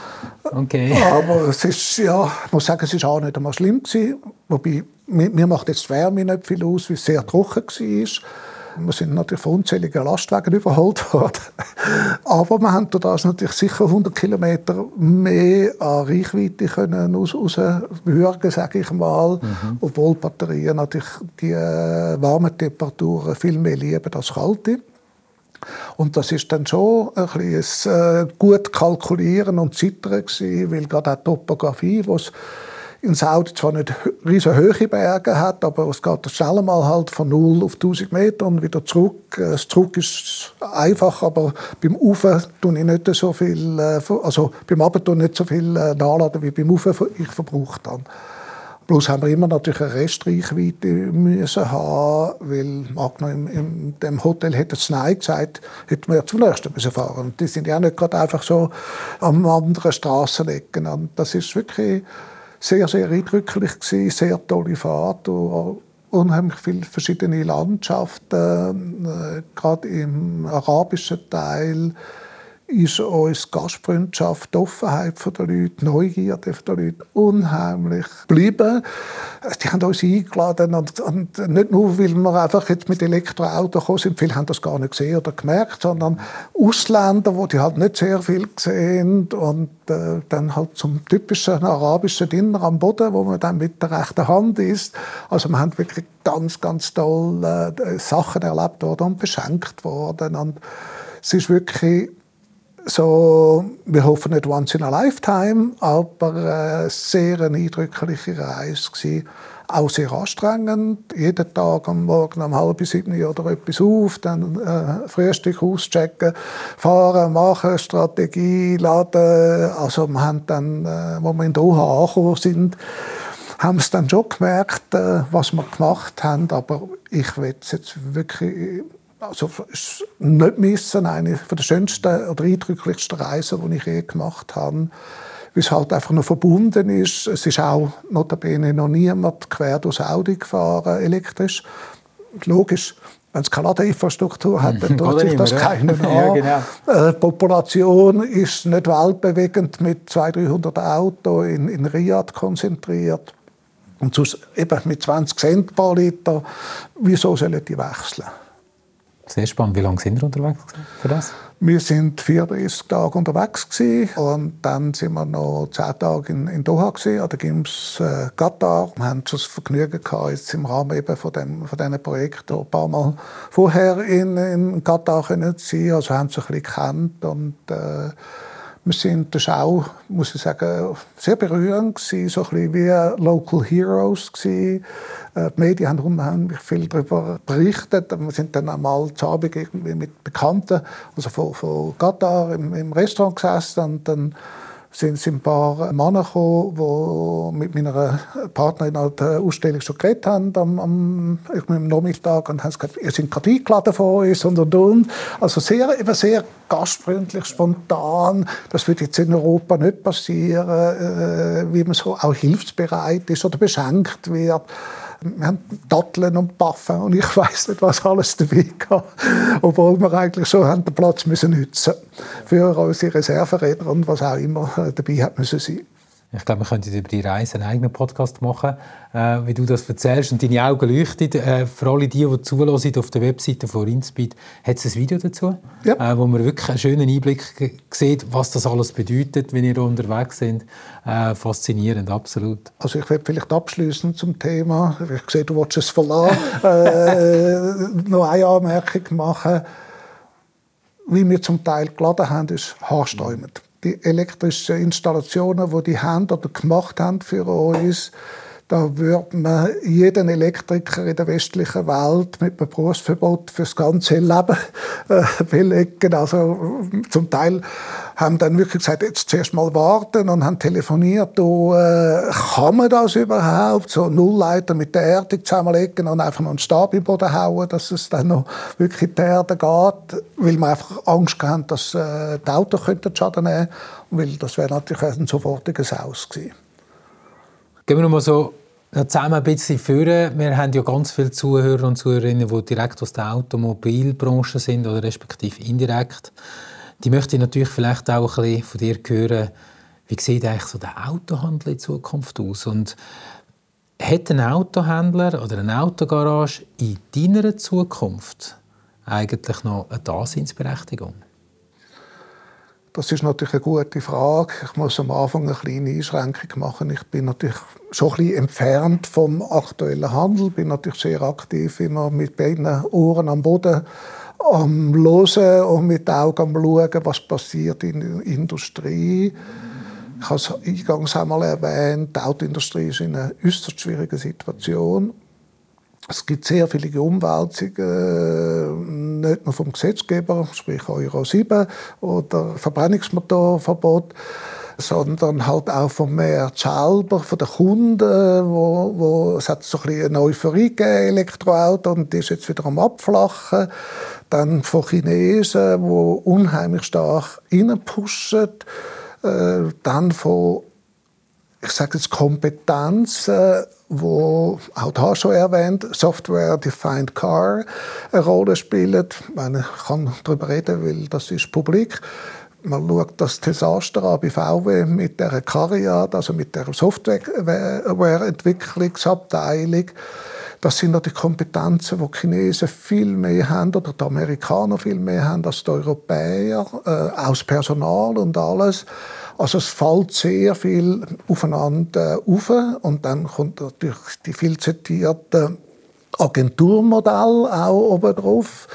Okay. Aber es ist, ja, ich muss sagen, es war auch nicht einmal schlimm gewesen. Wobei, mir, mir macht jetzt die Wärme nicht viel aus, weil es sehr trocken war. Wir sind natürlich von unzähligen Lastwagen überholt worden. Aber wir haben das natürlich sicher hundert Kilometer mehr an Reichweite können aus, rausbürgen, sage ich mal. Mhm. Obwohl die Batterien natürlich die äh, warmen Temperaturen viel mehr lieben als kalte. Und das ist dann schon ein bisschen äh, gut kalkulieren und zittern gewesen, weil gerade auch die Topografie, wo es in Saudi zwar nicht riesen hohe Berge hat, aber es geht schnell mal halt von null auf tausend Meter und wieder zurück. Das Zurück ist einfach, aber beim Rauf tue ich nicht so viel, also beim Runter tue ich nicht so viel nachladen, wie beim Rauf ich verbraucht habe. Plus haben wir immer natürlich eine Restreichweite müssen haben, weil angenommen in dem Hotel hätte es Nein gesagt, hätten wir zum nächsten müssen fahren. Und die sind ja nicht gerade einfach so am anderen Strassenecken. Und das ist wirklich sehr, sehr eindrücklich gewesen, sehr tolle Fahrt, unheimlich viele verschiedene Landschaften, äh, gerade im arabischen Teil ist uns Gastfreundschaft, die Offenheit der Leute, die Neugierde der Leute unheimlich geblieben. Die haben uns eingeladen und, und nicht nur, weil wir einfach jetzt mit Elektroautos gekommen sind, viele haben das gar nicht gesehen oder gemerkt, sondern Ausländer, die, die halt nicht sehr viel gesehen und äh, dann halt zum typischen arabischen Dinner am Boden, wo man dann mit der rechten Hand isst. Also wir haben wirklich ganz, ganz tolle äh, Sachen erlebt worden und beschenkt worden. Und es ist wirklich so, wir hoffen nicht once in a lifetime, aber eine sehr eindrückliche Reise gewesen. Auch sehr anstrengend. Jeden Tag am Morgen um halb sieben oder etwas auf, dann äh, Frühstück auschecken, fahren, machen, Strategie, laden. Also wir haben dann, äh, als wir in Doha angekommen sind, haben es dann schon gemerkt, äh, was wir gemacht haben. Aber ich will es jetzt wirklich also nicht missen, eine der schönsten oder eindrücklichsten Reisen, die ich je gemacht habe, weil es halt einfach noch verbunden ist. Es ist auch notabene noch niemand quer durch Saudi gefahren, elektrisch. Logisch, wenn es keine Ladeinfrastruktur hat, dann tut sich das keinen an. Ja, genau. äh, die Population ist nicht weltbewegend mit zweihundert, dreihundert Autos in, in Riyadh konzentriert. Und sonst eben mit zwanzig Cent pro Liter. Wieso sollen die wechseln? Sehr spannend. Wie lange sind wir unterwegs für das? Wir waren vierunddreißig Tage unterwegs gewesen. Und dann sind wir noch zehn Tage in, in Doha gewesen, an der Gims äh, Qatar. Wir haben schon das Vergnügen gehabt, jetzt im Rahmen eben von dem von diesen Projekten ein paar Mal vorher in, in Katar können zu sein. Also haben sie ein bisschen gekannt und äh, wir sind der Schau, muss ich sagen, sehr berührend gewesen, so ein bisschen wie Local Heroes gewesen. Die Medien haben unheimlich viel darüber berichtet. Wir sind dann einmal zu Abend irgendwie mit Bekannten, also von, von Katar, im, im Restaurant gesessen und dann sind, sind ein paar Männer gekommen, die mit meiner Partnerin an der Ausstellung schon geredet haben am, am, am Nachmittag und haben gesagt, ihr seid gerade eingeladen von uns und und und. Also sehr, eben sehr gastfreundlich, spontan. Das wird jetzt in Europa nicht passieren, äh, wie man so auch hilfsbereit ist oder beschenkt wird. Wir haben Datteln und Parfum und ich weiss nicht, was alles dabei gab. Obwohl wir eigentlich schon haben den Platz müssen nutzen für unsere Reserveräder und was auch immer dabei hat müssen sein. Ich glaube, wir könnten über die Reise einen eigenen Podcast machen, äh, wie du das erzählst und deine Augen leuchten. Äh, für alle die, die zuhören, auf der Webseite von Rinspeed hat es ein Video dazu, ja. äh, wo man wirklich einen schönen Einblick sieht, was das alles bedeutet, wenn ihr unterwegs seid. Äh, faszinierend, absolut. Also ich werde vielleicht abschließend zum Thema, ich sehe, du willst es verlassen, äh, noch eine Anmerkung machen. Wie wir zum Teil geladen haben, ist haarsträubend. Die elektrischen Installationen, die die haben oder gemacht haben für uns, da würde man jeden Elektriker in der westlichen Welt mit einem Berufsverbot für das ganze Leben äh, belegen. Also zum Teil haben dann wirklich gesagt, jetzt zuerst mal warten und haben telefoniert, oh, äh, kann man das überhaupt? So Nullleiter mit der Erde zusammenlegen und einfach noch einen Stab im Boden hauen, dass es dann noch wirklich in die Erde geht, weil wir einfach Angst hatten, dass äh, die Autos Schaden nehmen könnten, weil das wäre natürlich ein sofortiges Aus gewesen. Gehen wir noch mal so zusammen ein bisschen führen. Wir haben ja ganz viele Zuhörer und Zuhörerinnen, die direkt aus der Automobilbranche sind oder respektive indirekt. Die möchte ich natürlich vielleicht auch ein bisschen von dir hören, wie sieht eigentlich so der Autohandel in Zukunft aus? Und hat ein Autohändler oder eine Autogarage in deiner Zukunft eigentlich noch eine Daseinsberechtigung? Das ist natürlich eine gute Frage. Ich muss am Anfang eine kleine Einschränkung machen. Ich bin natürlich schon ein bisschen entfernt vom aktuellen Handel. Ich bin natürlich sehr aktiv, immer mit beiden Ohren am Boden am Hören und mit den Augen am Schauen, was passiert in der Industrie. Ich habe es eingangs einmal erwähnt, die Autoindustrie ist in einer äußerst schwierigen Situation. Es gibt sehr viele Umwälzungen, nicht nur vom Gesetzgeber, sprich Euro sieben oder Verbrennungsmotorverbot, sondern halt auch vom Markt selber, von den Kunden, wo, wo es hat so ein bisschen eine Euphorie gegeben, Elektroauto, und die ist jetzt wieder am Abflachen. Dann von Chinesen, die unheimlich stark reinpushen. Äh, dann von, ich sage jetzt, Kompetenzen, wo auch da schon erwähnt, Software-Defined Car eine Rolle spielt. Ich meine, ich kann darüber reden, weil das ist publik. man schaut das Desaster an bei V W mit der Cariad, also mit der Softwareentwicklungsabteilung. Das sind die Kompetenzen, die die Chinesen viel mehr haben oder die Amerikaner viel mehr haben als die Europäer, äh, auch das Personal und alles. Also es fällt sehr viel aufeinander auf und dann kommt natürlich die viel zitierte Agenturmodell auch oben drauf,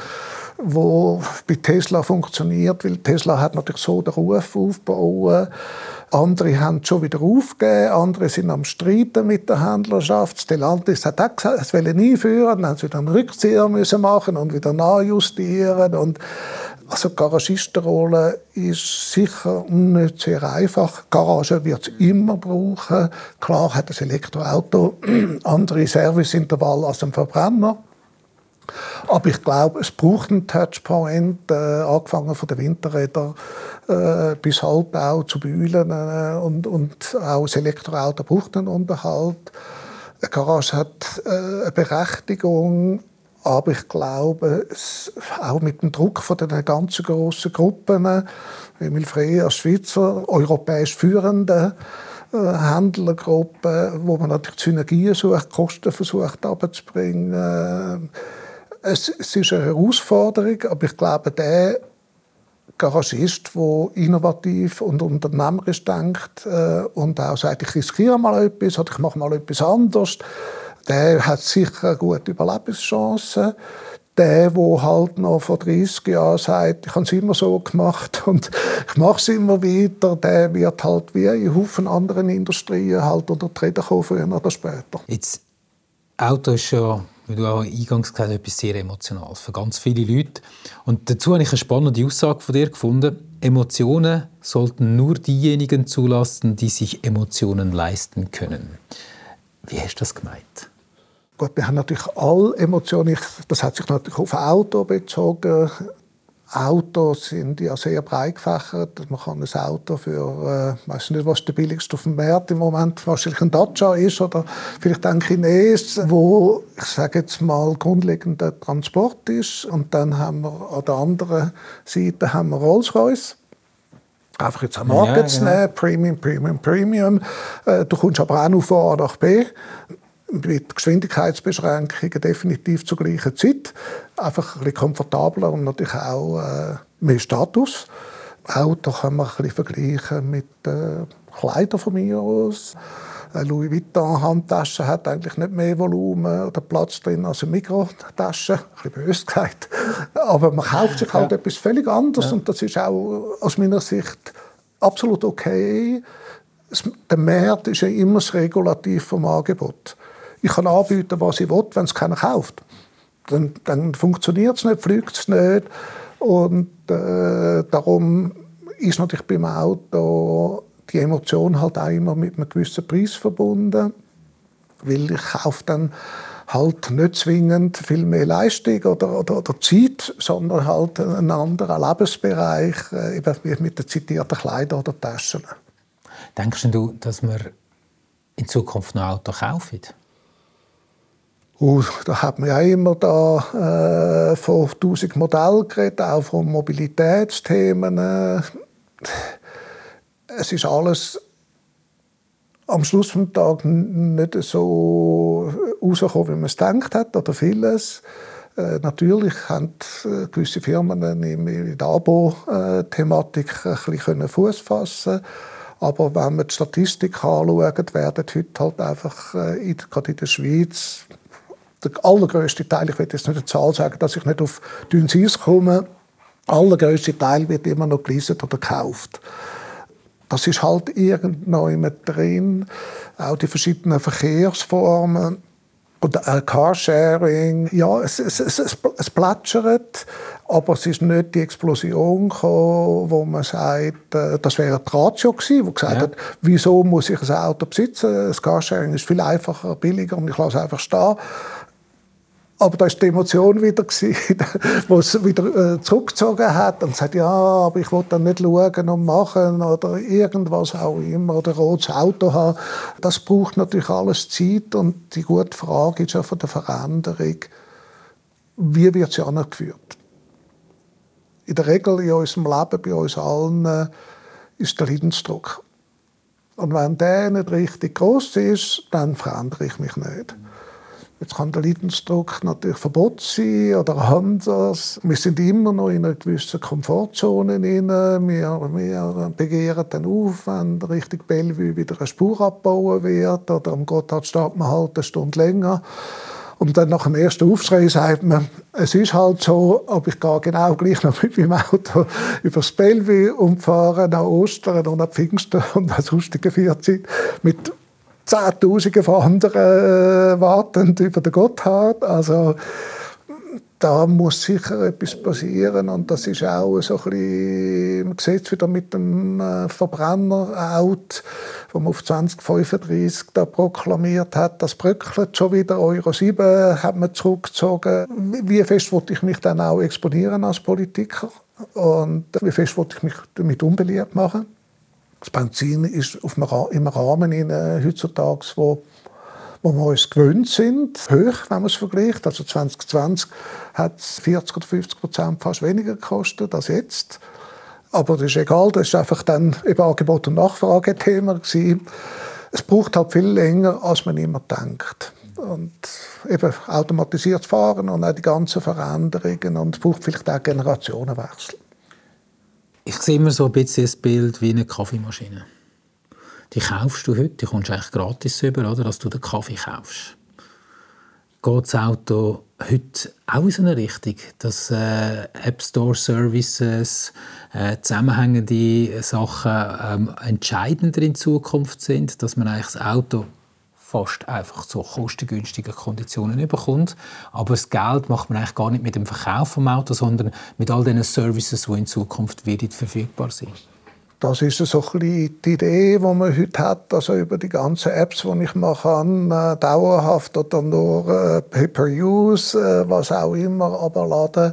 wo bei Tesla funktioniert, weil Tesla hat natürlich so den Ruf aufgebaut. Andere haben es schon wieder aufgegeben, andere sind am Streiten mit der Händlerschaft. Stellantis hat auch gesagt, es wollen einführen, dann haben sie wieder einen Rückzieher müssen machen und wieder nachjustieren. Und also die Garagistenrolle ist sicher nicht sehr einfach. Die Garage wird es immer brauchen. Klar hat das Elektroauto andere Serviceintervalle als ein Verbrenner. Aber ich glaube, es braucht einen Touchpoint, äh, angefangen von den Winterrädern äh, bis halt auch zu Bühlen. Äh, und, und auch das Elektroauto braucht einen Unterhalt. Eine Garage hat äh, eine Berechtigung, aber ich glaube, es, auch mit dem Druck von den ganzen grossen Gruppen, Emil Frey als Schweizer, europäisch führende äh, Händlergruppe, wo man natürlich Synergien sucht, Kosten versucht abzubringen. Äh, Es, es ist eine Herausforderung, aber ich glaube, der Garagist, der innovativ und unternehmerisch denkt äh, und auch sagt, ich riskiere mal etwas oder ich mache mal etwas anderes, der hat sicher eine gute Überlebenschance. Der, der halt noch vor dreissig Jahren sagt, ich habe es immer so gemacht und ich mache es immer wieder, der wird halt wie in Haufen anderen Industrien halt unter die Räder kommen, früher oder später. Jetzt, Auto ist ja, wie du auch eingangs gesagt hast, etwas sehr Emotionales für ganz viele Leute. Und dazu habe ich eine spannende Aussage von dir gefunden. Emotionen sollten nur diejenigen zulassen, die sich Emotionen leisten können. Wie hast du das gemeint? Gut, wir haben natürlich alle Emotionen. Das hat sich natürlich auf Auto bezogen. Autos sind ja sehr breit gefächert. Man kann ein Auto für, ich äh, weiß nicht, was der billigste auf dem Markt im Moment wahrscheinlich ein Dacia ist oder vielleicht ein Chines, wo, ich sage jetzt mal, grundlegender Transport ist. Und dann haben wir an der anderen Seite haben wir Rolls-Royce. Einfach jetzt eine Marke zu nehmen, ja, genau. Premium, Premium, Premium. Äh, du kommst aber auch noch von A nach B. Mit Geschwindigkeitsbeschränkungen definitiv zur gleichen Zeit. Einfach ein bisschen komfortabler und natürlich auch äh, mehr Status. Auto kann man ein bisschen vergleichen mit äh, Kleidern von mir aus. Eine Louis Vuitton Handtasche hat eigentlich nicht mehr Volumen oder Platz drin als eine Mikrotasche. Ein bisschen böse gesagt. Aber man kauft sich halt ja. etwas völlig anderes ja. und das ist auch aus meiner Sicht absolut okay. Der Markt ist ja immer das Regulativ vom Angebot. Ich kann anbieten, was ich will, wenn es keiner kauft. Dann, dann funktioniert es nicht, fliegt es nicht. Und äh, darum ist natürlich beim Auto die Emotion halt auch immer mit einem gewissen Preis verbunden. Weil ich kaufe dann halt nicht zwingend viel mehr Leistung oder, oder, oder Zeit, sondern halt einen anderen Lebensbereich, äh, eben mit den zitierten Kleidern oder Taschen. Denkst du, dass wir in Zukunft noch Auto kaufen? Uh, da hat man ja immer da, äh, von tausend Modellen geredet, auch von Mobilitätsthemen. Äh, es ist alles am Schluss des Tages nicht so rausgekommen, wie man es gedacht hat, oder vieles. Äh, natürlich haben gewisse Firmen in der Abo-Thematik ein bisschen Fuß fassen. Aber wenn man die Statistik anschaut, werden heute halt einfach, äh, gerade in der Schweiz, der allergrößte Teil, ich will jetzt nicht eine Zahl sagen, dass ich nicht auf dünnes Eis komme, der allergrößte Teil wird immer noch geleast oder gekauft. Das ist halt irgendwo immer drin. Auch die verschiedenen Verkehrsformen und äh, Carsharing. Ja, es, es, es, es, es plätschert, aber es ist nicht die Explosion gekommen, wo man sagt, äh, das wäre die Ratio gewesen, die gesagt ja. hat, wieso muss ich ein Auto besitzen? Das Carsharing ist viel einfacher, billiger und ich lasse es einfach stehen. Aber da war die Emotion wieder, die es wieder äh, zurückgezogen hat und sagt, ja, aber ich will dann nicht schauen und machen oder irgendwas auch immer oder ein rotes Auto haben. Das braucht natürlich alles Zeit und die gute Frage ist ja von der Veränderung, wie wird sie angeführt? in der Regel in unserem Leben, bei uns allen, äh, ist der Leidensdruck. Und wenn der nicht richtig groß ist, dann verändere ich mich nicht. Jetzt kann der Leidensdruck natürlich verboten sein oder anders. Wir sind immer noch in einer gewissen Komfortzone drin. Wir, wir begehren dann auf, wenn Richtung Bellevue wieder eine Spur abgebaut wird. Oder am Gotthard steht man halt eine Stunde länger. Und dann nach dem ersten Aufschrei sagt man, es ist halt so, aber ich gehe genau gleich noch mit meinem Auto über das Bellevue und fahre nach Ostern und nach Pfingsten und nach sonstige vierzehn mit Zehntausende von anderen äh, wartend über den Gotthard. Also da muss sicher etwas passieren und das ist auch so ein bisschen, man sieht es wieder mit dem äh, Verbrenner-Out, wo man auf zwanzig fünfunddreißig da proklamiert hat, das bröckelt schon wieder, Euro sieben hat man zurückgezogen. Wie fest wollte ich mich dann auch exponieren als Politiker und wie fest wollte ich mich damit unbeliebt machen? Das Benzin ist auf einem, im Rahmen in, äh, heutzutage, wo, wo wir uns gewöhnt sind, hoch, wenn man es vergleicht. Also zwanzig zwanzig hat es vierzig oder fünfzig Prozent fast weniger gekostet als jetzt. Aber das ist egal, das war einfach dann eben Angebot- und Nachfragethema gewesen. Es braucht halt viel länger, als man immer denkt. Und eben automatisiertes Fahren und auch die ganzen Veränderungen und es braucht vielleicht auch Generationenwechsel. Ich sehe immer so ein bisschen das Bild wie eine Kaffeemaschine. Die kaufst du heute, die kommst du eigentlich gratis über, oder, dass du den Kaffee kaufst. Geht das Auto heute auch in so eine Richtung, dass äh, App Store Services, äh, zusammenhängende Sachen ähm, entscheidender in Zukunft sind, dass man eigentlich das Auto fast einfach zu kostengünstigen Konditionen bekommt. Aber das Geld macht man eigentlich gar nicht mit dem Verkauf vom Auto, sondern mit all diesen Services, die in Zukunft wieder verfügbar sind. Das ist so ein bisschen die Idee, die man heute hat, also über die ganzen Apps, die ich machen kann, äh, dauerhaft oder nur äh, Pay-per-Use, äh, was auch immer, aber laden.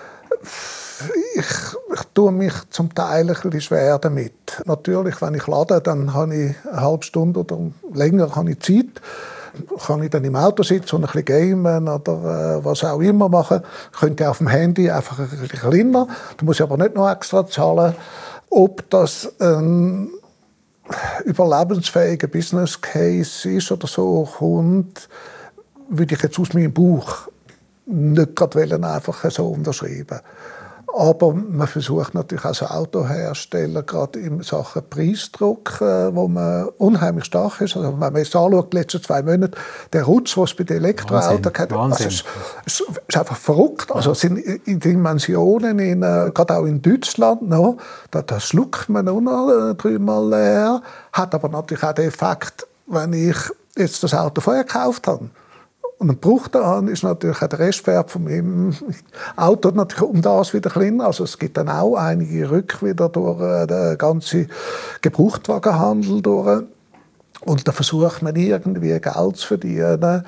Ich, ich tue mich zum Teil ein bisschen schwer damit. Natürlich, wenn ich lade, dann habe ich eine halbe Stunde oder länger habe ich Zeit. Kann ich dann im Auto sitzen und ein bisschen gamen oder äh, was auch immer machen. Ich könnte auf dem Handy einfach ein bisschen kleiner. Da muss ich aber nicht noch extra zahlen. Ob das ein überlebensfähiger Business Case ist oder so kommt, würde ich jetzt aus meinem Bauch nicht gerade einfach so unterschreiben. Aber man versucht natürlich als Autohersteller, gerade in Sachen Preisdruck, wo man unheimlich stark ist. Also wenn man jetzt anschaut, die letzten zwei Monate, der Rutsch, den es bei den Elektroautos hat, also es, es ist einfach verrückt. Also es sind in Dimensionen, in, gerade auch in Deutschland, no, da, da schluckt man nur noch dreimal leer. Hat aber natürlich auch den Effekt, wenn ich jetzt das Auto vorher gekauft habe. Und ein Bruch daran ist natürlich auch der Restwert von meinem Auto natürlich um das wieder kleiner. Also es gibt dann auch einige Rück wieder durch den ganzen Gebrauchtwagenhandel durch. Und da versucht man irgendwie Geld zu verdienen.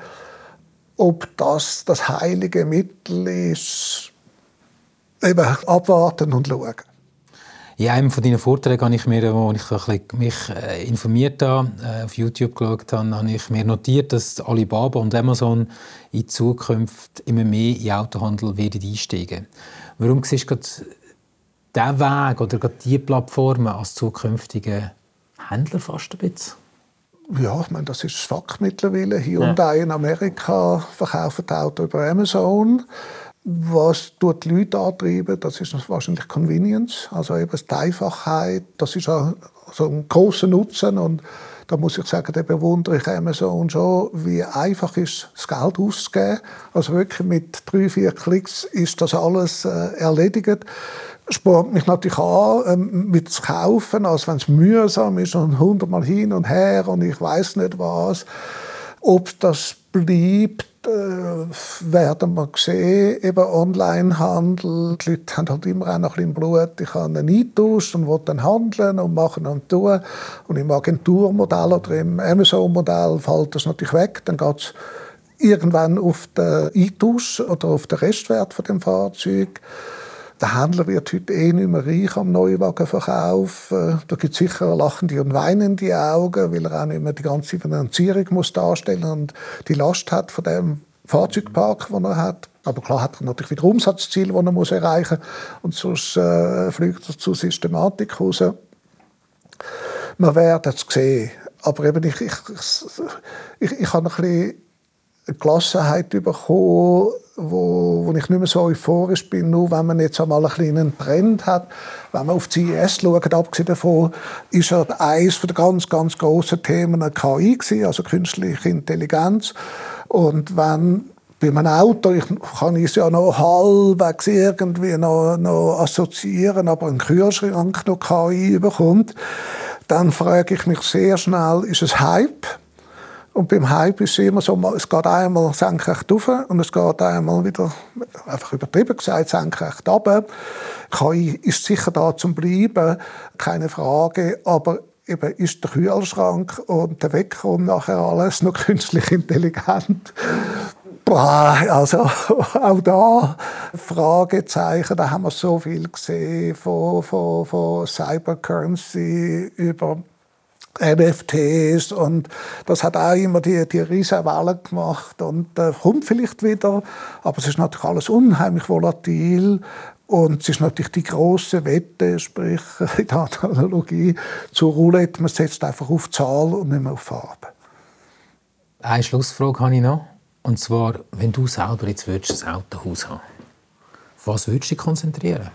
Ob das das heilige Mittel ist, eben abwarten und schauen. In einem von deinen Vorträgen habe ich mir, wo ich mich ein bisschen informiert habe, auf YouTube geschaut habe, habe ich mir notiert, dass Alibaba und Amazon in Zukunft immer mehr in den Autohandel werden einsteigen. Warum siehst du diesen Weg oder gerade diese Plattformen als zukünftige Händler fast ein bisschen? Ja, ich meine, das ist Fakt mittlerweile. Hyundai ja. in Amerika verkaufen Autos über Amazon. Was tut die Leute antreiben, das ist wahrscheinlich Convenience, also eben die Einfachheit. Das ist auch so ein grosser Nutzen und da muss ich sagen, da bewundere ich Amazon schon, wie einfach ist, das Geld auszugeben. Also wirklich mit drei, vier Klicks ist das alles äh, erledigt. Spart mich natürlich an, ähm, mit zu kaufen, als wenn es mühsam ist und hundertmal hin und her und ich weiß nicht was. Ob das bleibt, äh, werden wir sehen. Eben Onlinehandel, die Leute haben halt immer auch noch ein bisschen im Blut. Ich habe einen Eintausch und will dann handeln und machen und tun. Und im Agenturmodell oder im Amazon-Modell fällt das natürlich weg. Dann geht es irgendwann auf den Eintausch oder auf den Restwert von dem Fahrzeug. Der Händler wird heute eh nicht mehr reich am Neuwagenverkauf. Da gibt es sicher lachende und weinende Augen, weil er auch nicht mehr die ganze Finanzierung muss darstellen und die Last hat von dem Fahrzeugpark, den er hat. Aber klar hat er natürlich wieder Umsatzziele, die er muss erreichen muss. Und sonst äh, fliegt er zur Systematik raus. Wir werden es sehen. Aber eben ich, ich, ich, ich habe ein bisschen Gelassenheit bekommen, wo, wo ich nicht mehr so euphorisch bin, nur wenn man jetzt einmal einen kleinen Trend hat. Wenn man auf die C I S schaut, abgesehen davon, ist ja eines der ganz, ganz grossen Themen K I gewesen, also künstliche Intelligenz. Und wenn bei einem Auto, ich kann es ja noch halbwegs irgendwie noch, noch assoziieren, aber ein Kühlschrank noch K I bekommt, dann frage ich mich sehr schnell, ist es Hype? Und beim Hype ist es immer so, es geht einmal senkrecht rauf und es geht einmal wieder, einfach übertrieben gesagt, senkrecht runter. K I ist sicher da zum Bleiben, keine Frage, aber eben ist der Kühlschrank und der Wecker und nachher alles noch künstlich intelligent. Boah, also auch da Fragezeichen, da haben wir so viel gesehen, von, von, von Cybercurrency über N F Ts und das hat auch immer die, die riesen Wellen gemacht und äh, kommt vielleicht wieder, aber es ist natürlich alles unheimlich volatil und es ist natürlich die grosse Wette, sprich in der Analogie zur Roulette, man setzt einfach auf Zahl und nicht mehr auf Farbe. Eine Schlussfrage habe ich noch, und zwar, wenn du selber jetzt würdest, ein Autohaus haben, auf was würdest du dich konzentrieren?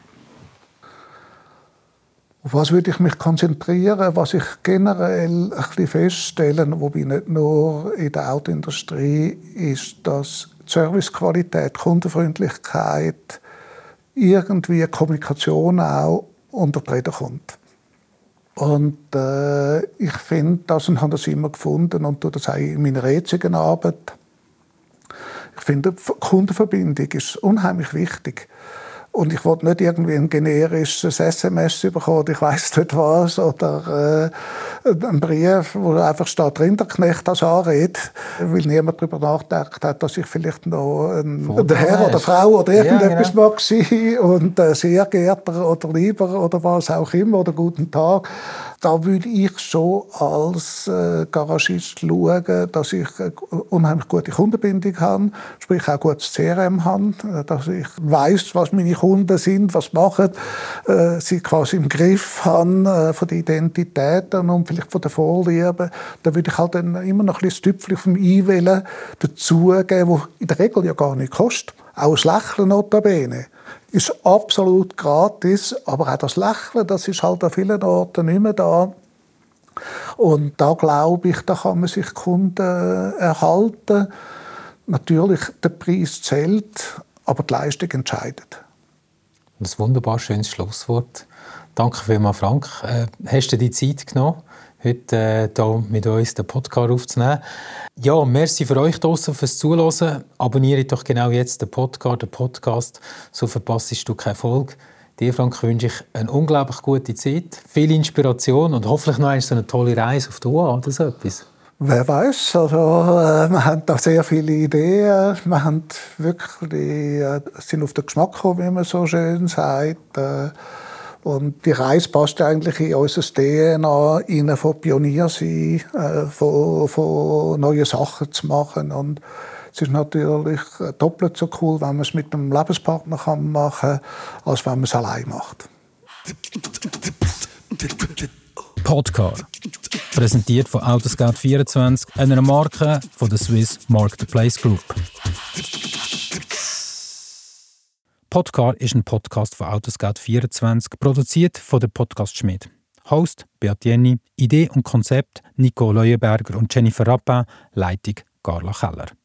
Auf was würde ich mich konzentrieren? Was ich generell ein bisschen feststelle, wobei nicht nur in der Autoindustrie, ist, dass die Servicequalität, Kundenfreundlichkeit, irgendwie Kommunikation auch unter die Räder kommt. Und äh, ich finde das und habe das immer gefunden und tue das auch in meiner jetzigen Arbeit. Ich finde, die Kundenverbindung ist unheimlich wichtig. Und ich wollte nicht irgendwie ein generisches S M S bekommen, oder ich weiss nicht was, oder äh, einen Brief, wo einfach steht, Rinderknecht als Anrede, weil niemand darüber nachgedacht hat, dass ich vielleicht noch ein, ein Herr oder Frau oder irgendetwas ja, genau. mag sein und äh, sehr geehrter oder lieber oder was auch immer oder guten Tag. Da würde ich schon als äh, Garagist schauen, dass ich eine unheimlich gute Kundenbindung habe, sprich auch gutes C R M habe, dass ich weiss, was meine Kunden sind, was machen, äh, sie quasi im Griff haben äh, von den Identitäten und vielleicht von den Vorlieben. Da würde ich halt dann immer noch ein bisschen Stüpfchen vom Einwählen dazugeben, das in der Regel ja gar nicht kostet. Auch das Lächeln notabene ist absolut gratis, aber auch das Lächeln, das ist halt an vielen Orten nicht mehr da. Und da glaube ich, da kann man sich Kunden erhalten. Natürlich, der Preis zählt, aber die Leistung entscheidet. Ein wunderbar schönes Schlusswort. Danke vielmals, Frank. Äh, hast du dir die Zeit genommen, heute äh, hier mit uns den Podcast aufzunehmen? Ja, merci für euch draussen fürs Zuhören. Abonniere doch genau jetzt den Podcast, den Podcast, so verpasst du keine Folge. Dir, Frank, wünsche ich eine unglaublich gute Zeit, viel Inspiration und hoffentlich noch eine, so eine tolle Reise auf die U A oder so etwas. Wer weiß, also äh, wir haben da sehr viele Ideen, wir haben wirklich, äh, sind auf den Geschmack gekommen, wie man so schön sagt. Äh, und die Reise passt eigentlich in unser D N A rein, von Pionier sein, äh, von, von neue Sachen zu machen. Und es ist natürlich doppelt so cool, wenn man es mit einem Lebenspartner machen kann, als wenn man es allein macht. Podcast. Präsentiert von Autoscout vierundzwanzig, einer Marke von der Swiss Marketplace Group. Podcast ist ein Podcast von Autoscout vierundzwanzig, produziert von der Podcast Schmied. Host Beat Jenny, Idee und Konzept Nico Leuenberger und Jennifer Rappin, Leitung Carla Keller.